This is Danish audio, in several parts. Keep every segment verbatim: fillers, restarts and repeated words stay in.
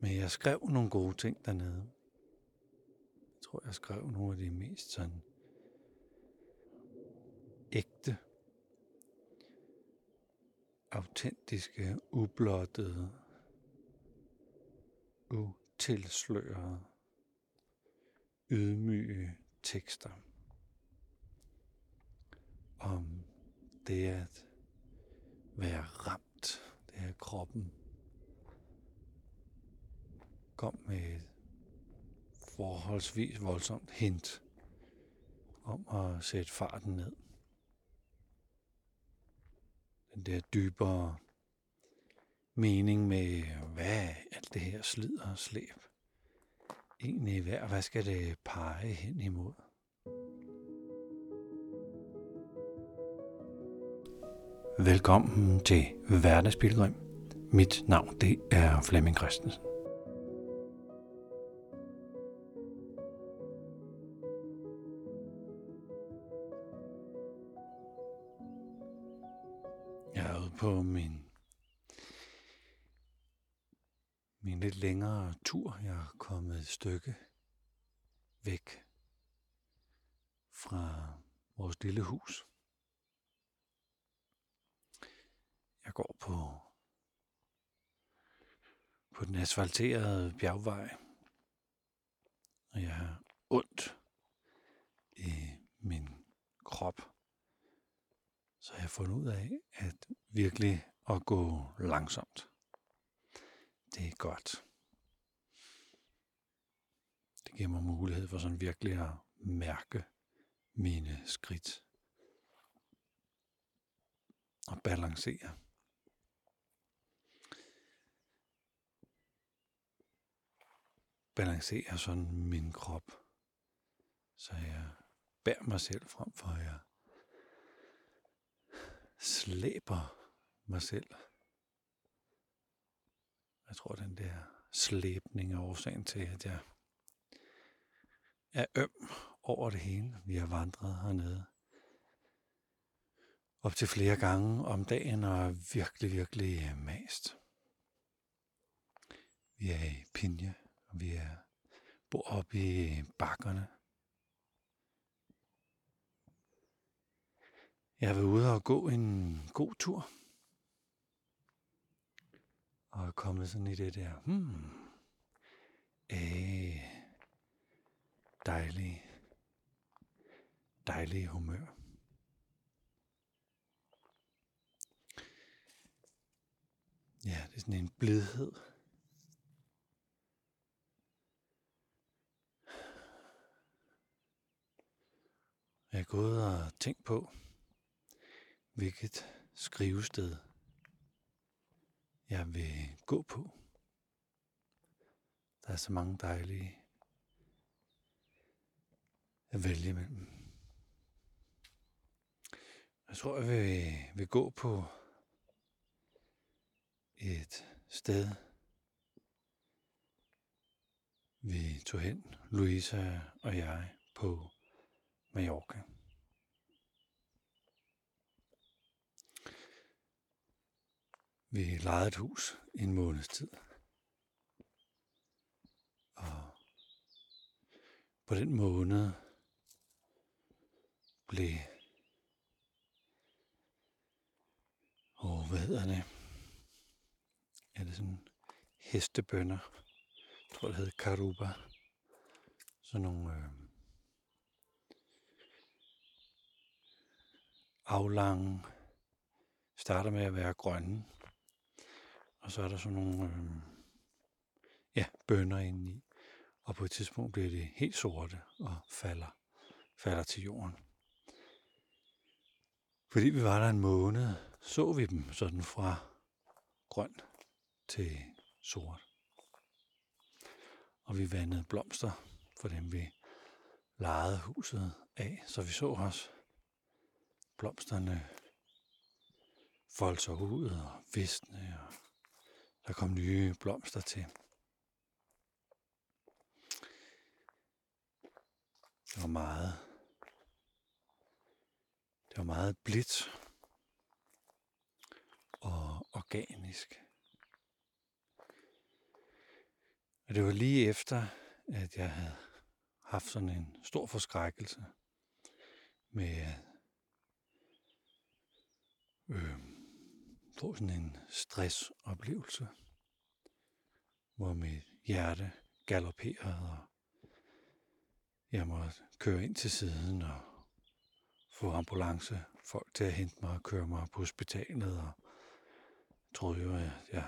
Men jeg skrev nogle gode ting dernede. Jeg tror, jeg skrev nogle af de mest sådan ægte, autentiske, ublottede, utilslørede, ydmyge tekster om det at være ramt, det at kroppen kom med et forholdsvis voldsomt hint om at sætte farten ned. Den der dybere mening med, hvad alt det her slider og slæb egentlig værd, hvad skal det pege hen imod? Velkommen til Hverdagspilgrim. Mit navn det er Flemming Christensen. Jeg er ude på min, min lidt længere tur. Jeg er kommet et stykke væk fra vores lille hus. Jeg går på, på den asfalterede bjergvej, og jeg har ondt i min krop. Så jeg har fundet ud af, at virkelig at gå langsomt, det er godt. Det giver mig mulighed for sådan virkelig at mærke mine skridt og balancere. Balancere sådan min krop, så jeg bærer mig selv frem for, at jeg slæber mig selv. Jeg tror, den der slæbning er årsagen til, at jeg er øm over det hele. Vi har vandret hernede op til flere gange om dagen og er virkelig, virkelig mast. Vi er i Pinje, og vi er bor oppe i bakkerne. Jeg har været ude og gå en god tur. Og er kommet sådan i det der, hmm, æh, dejlige, dejlige humør. Ja, det er sådan en blidhed. Jeg er gået og tænkt på, hvilket skrivested jeg vil gå på. Der er så mange dejlige at vælge imellem. Jeg tror, jeg vil, vil gå på et sted, vi tog hen, Louisa og jeg, på Mallorca. Vi lejede et hus i en måneds tid. Og på den måned blev, åh, hvad hedder det? Er det sådan hestebønner? Jeg tror, det hedder karuba. Sådan nogle øh, aflange, starter med at være grønne. Og så er der sådan nogle øh, ja, bønner indeni. Og på et tidspunkt bliver de helt sorte og falder, falder til jorden. Fordi vi var der en måned, så vi dem sådan fra grøn til sort. Og vi vandede blomster for dem, vi lejede huset af. Så vi så også blomsterne folde sig ud og visne, og der kom nye blomster til. Det var meget, det var meget blidt og organisk. Og det var lige efter, at jeg havde haft sådan en stor forskrækkelse med at øh, få sådan en stressoplevelse, hvor mit hjerte galopperede, og jeg måtte køre ind til siden og få ambulancefolk til at hente mig og køre mig på hospitalet, og troede jo, at jeg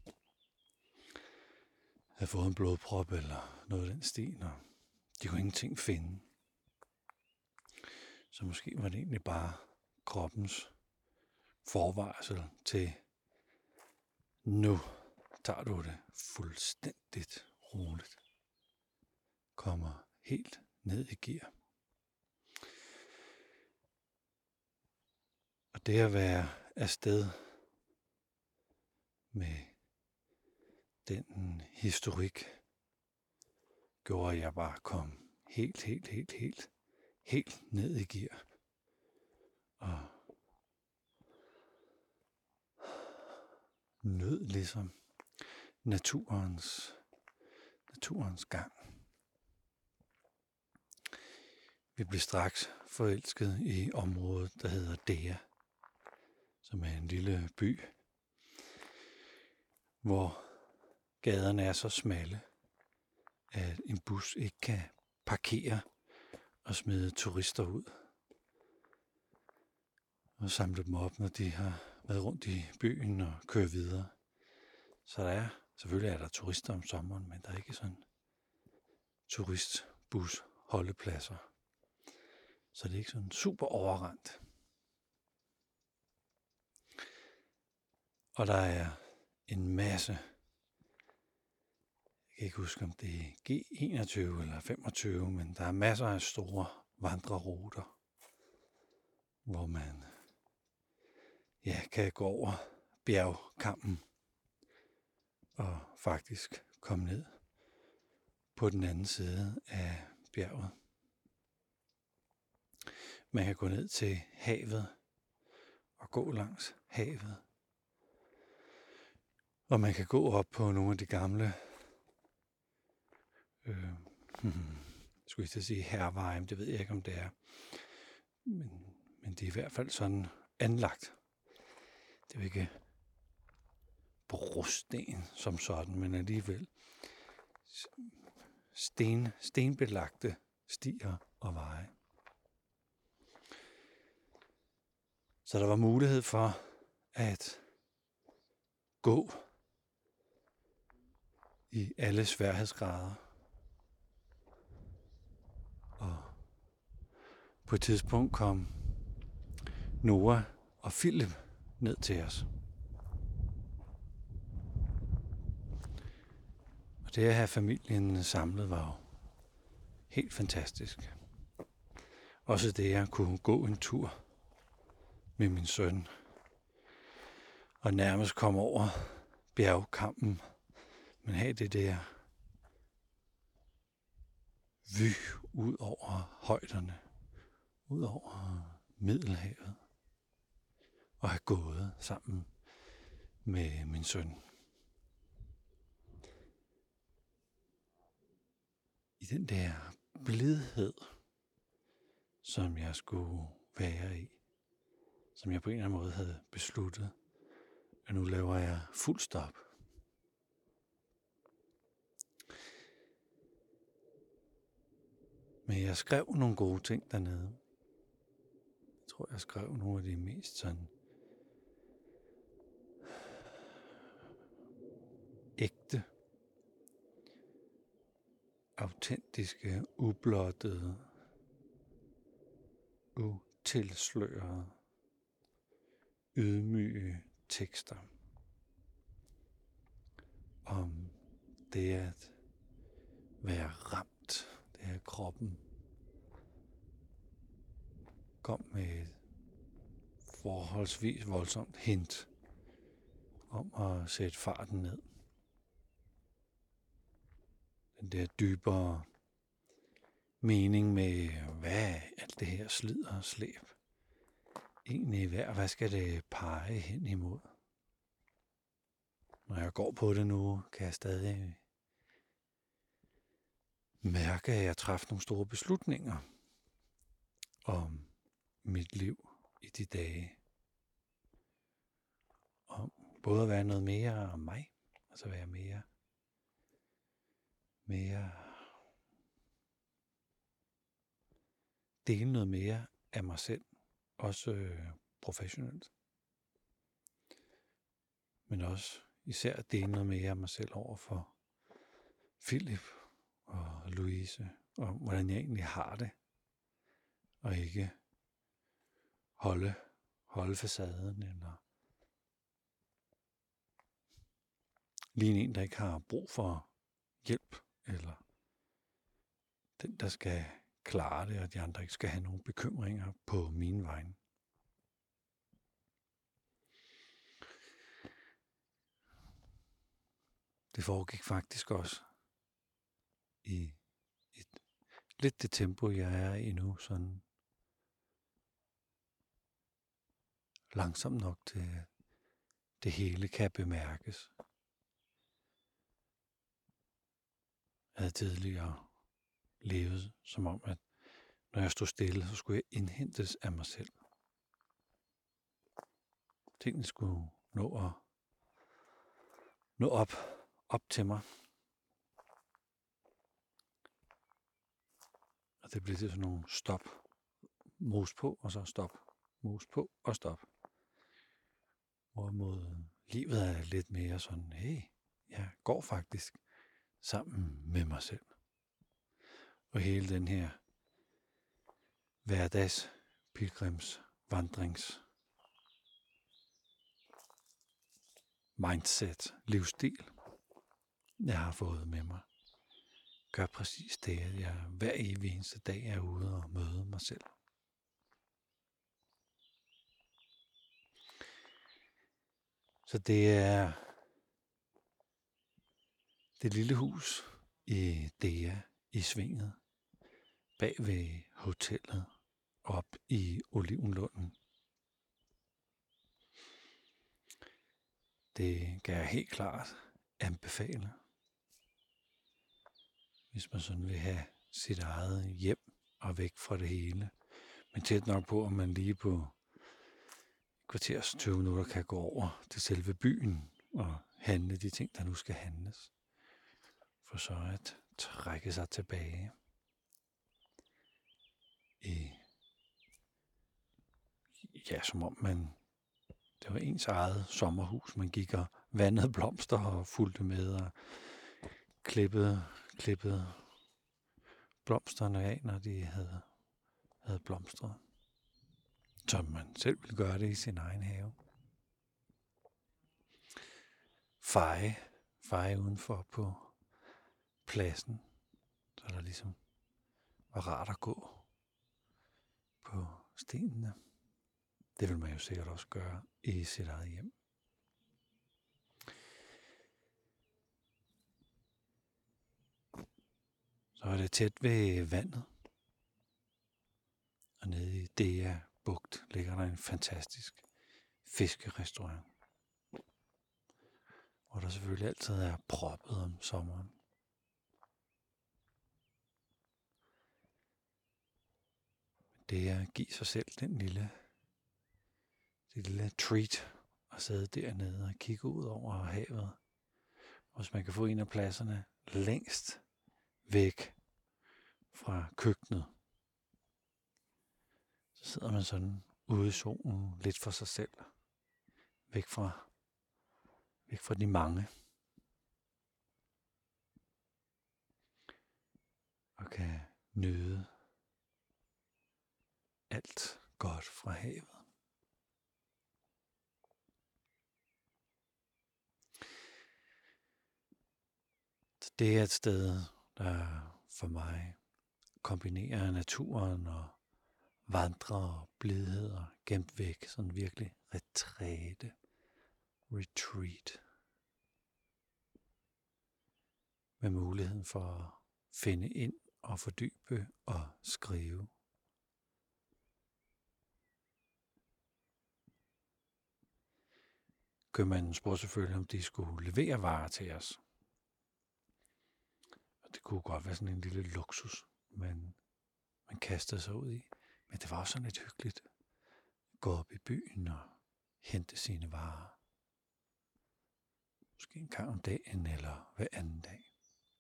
havde fået en blodprop eller noget af den stil, og de kunne ingenting finde. Så måske var det egentlig bare kroppens forvarsel til, nu tager du det fuldstændigt roligt. Kommer helt ned i gear. Og det at være afsted med den historik, gjorde, at jeg bare kom helt, helt, helt, helt, helt ned i gear. Og nød ligesom naturens, naturens gang. Vi blev straks forelsket i området, der hedder Dea, som er en lille by, hvor gaderne er så smalle, at en bus ikke kan parkere og smide turister ud og samle dem op, når de har været rundt i byen og kører videre. Så der er, selvfølgelig er der turister om sommeren, men der er ikke sådan turistbus holdepladser. Så det er ikke sådan super overrendt. Og der er en masse, jeg kan ikke huske om det er G enogtyve eller femogtyve, men der er masser af store vandreruter, hvor man ja, kan gå over bjergkammen og faktisk komme ned på den anden side af bjerget. Man kan gå ned til havet og gå langs havet. Og man kan gå op på nogle af de gamle, øh, hmm, skulle jeg til at sige herveje, men det ved jeg ikke, om det er. Men, men det er i hvert fald sådan anlagt. Det er jo ikke brosten som sådan, men alligevel sten, stenbelagte stier og veje. Så der var mulighed for at gå i alle sværhedsgrader. Og på et tidspunkt kom Noah og Philip ned til os. Og det at have familien samlet var jo helt fantastisk. Også det at kunne gå en tur med min søn og nærmest komme over bjergkampen, men have det der vy ud over højderne, ud over Middelhavet, og have gået sammen med min søn. I den der blidhed, som jeg skulle være i, som jeg på en eller anden måde havde besluttet, at nu laver jeg fuld stop. Men jeg skrev nogle gode ting dernede. Jeg tror, jeg skrev nogle af de mest sådan ægte, autentiske, ublottede, utilslørede, ydmyge tekster om det at være ramt, det at kroppen kom med et forholdsvis voldsomt hint om at sætte farten ned. Den der dybere mening med, hvad alt det her slider og slæb egentlig værd, hvad skal det pege hen imod? Når jeg går på det nu, kan jeg stadig mærke, at jeg træffede nogle store beslutninger om mit liv i de dage. Om både at være noget mere om mig, altså være mere, mere, dele noget mere af mig selv, også øh, professionelt. Men også især dele noget mere af mig selv over for Philip og Louise, og hvordan jeg egentlig har det, og ikke holde, holde facaden, eller ligne en, der ikke har brug for hjælp, eller den, der skal klare det, og de andre ikke skal have nogle bekymringer på mine vegne. Det foregik faktisk også i et, lidt det tempo, jeg er i nu, sådan langsomt nok til det hele kan bemærkes. Jeg havde tidligere levet som om, at når jeg stod stille, så skulle jeg indhentes af mig selv. Tingene skulle nå at nå op, op til mig. Og det blev til sådan nogle stop, mos på, og så stop, mos på og stop. Hvorimod livet er lidt mere sådan, hey, jeg går faktisk sammen med mig selv. Og hele den her hverdags, pilgrims, vandrings, mindset, livsstil, jeg har fået med mig, gør præcis det, at jeg hver evig eneste dag er ude og møde mig selv. Så det er det lille hus i Dea i Svinget, bag ved hotellet, op i Olivenlunden. Det kan jeg helt klart anbefale, hvis man sådan vil have sit eget hjem og væk fra det hele. Men tæt nok på, at man lige på kvarters tyve minutter kan gå over til selve byen og handle de ting, der nu skal handles. For så at trække sig tilbage i, ja, som om man, det var ens eget sommerhus, man gik og vandede blomster og fulgte med og klippede, klippede blomsterne af, når de havde, havde blomstret. Som man selv ville gøre det i sin egen have. Feje, feje udenfor på pladsen, så der ligesom var rart at gå på stenene. Det vil man jo sikkert også gøre i sit eget hjem. Så er det tæt ved vandet. Og nede i Dea Bugt ligger der en fantastisk fiskerestaurant. Hvor der selvfølgelig altid er proppet om sommeren. Det er at give sig selv den lille, det lille treat at sidde dernede og kigge ud over havet. Og hvis man kan få en af pladserne længst væk fra køkkenet, så sidder man sådan ude i solen lidt for sig selv. Væk fra, væk fra de mange. Og kan nyde alt godt fra havet. Så det er et sted, der for mig kombinerer naturen og vandre og blidhed og gemt væk. Sådan virkelig retræte, retreat. Med muligheden for at finde ind og fordybe og skrive. Købmanden spurgte selvfølgelig, om de skulle levere varer til os. det kunne godt være sådan en lille luksus, man, man kastede sig ud i. Men det var også sådan lidt hyggeligt. Gå op i byen og hente sine varer. Måske en gang om dagen eller hver anden dag.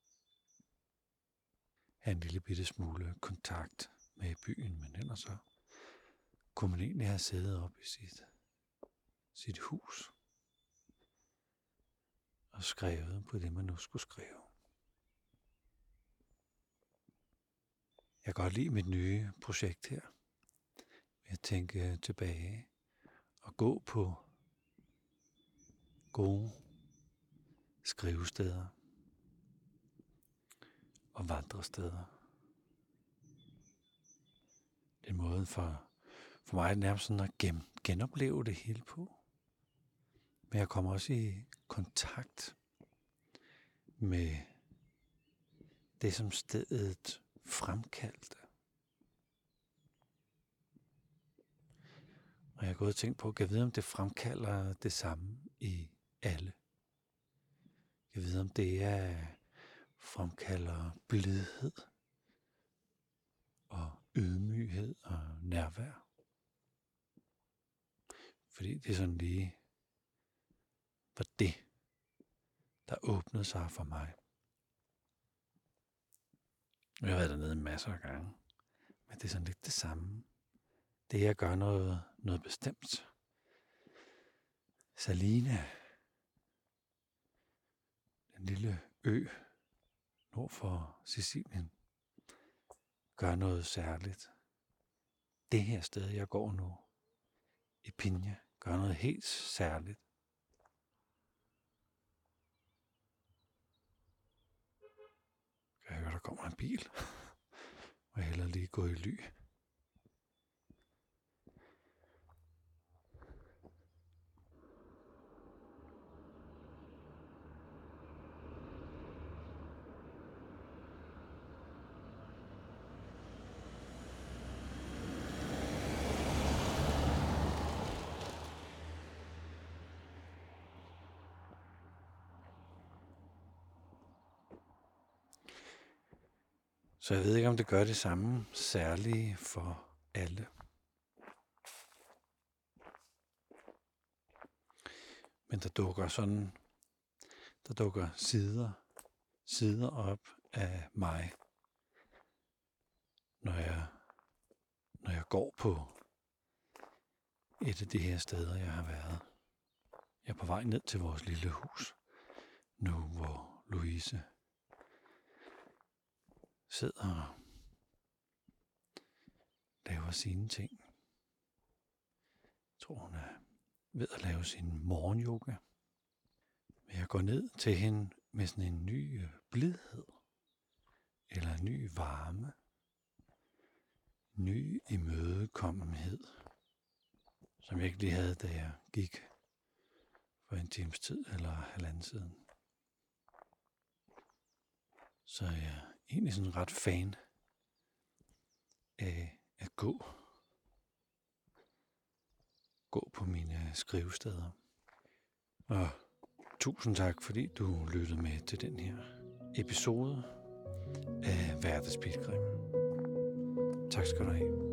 Have en lille bitte smule kontakt med byen, men ellers så kunne man egentlig have siddet op i sit, sit hus og skrevet på det, man nu skulle skrive. Jeg kan godt lide mit nye projekt her. Jeg tænker tilbage og gå på gode skrivesteder og vandresteder. Det er en måde for, for mig nærmest sådan at gen, genopleve det hele på. Men jeg kommer også i kontakt med det, som stedet fremkaldte. Og jeg har gået og tænkt på, kan jeg vide, om det fremkalder det samme i alle. Jeg ved, om det er fremkalder blidhed og ydmyghed og nærvær. Fordi det er sådan lige var det, der åbnede sig for mig. Jeg har været dernede masser af gange, men det er sådan lidt det samme. Det er at gøre noget, noget bestemt. Salina, den lille ø nord for Sicilien, gør noget særligt. Det her sted, jeg går nu, i Pigna, gør noget helt særligt. Kan jeg høre, der kommer en bil? Må jeg hellere lige gå i ly. Så jeg ved ikke, om det gør det samme særlige for alle. Men der dukker sådan, der dukker sider, sider op af mig, når jeg, når jeg går på et af de her steder, jeg har været. Jeg er på vej ned til vores lille hus, nu hvor Louise sidder og laver sine ting. Jeg tror, hun er ved at lave sin morgenyoga. Men jeg går ned til hende med sådan en ny blidhed, eller en ny varme, ny imødekommenhed, som jeg ikke lige havde, da jeg gik for en times tid eller halvanden siden. Så jeg er egentlig sådan ret fan af at gå. Gå på mine skrivesteder. Og tusind tak, fordi du lyttede med til den her episode af Hverdags Pilgrim. Tak skal du have.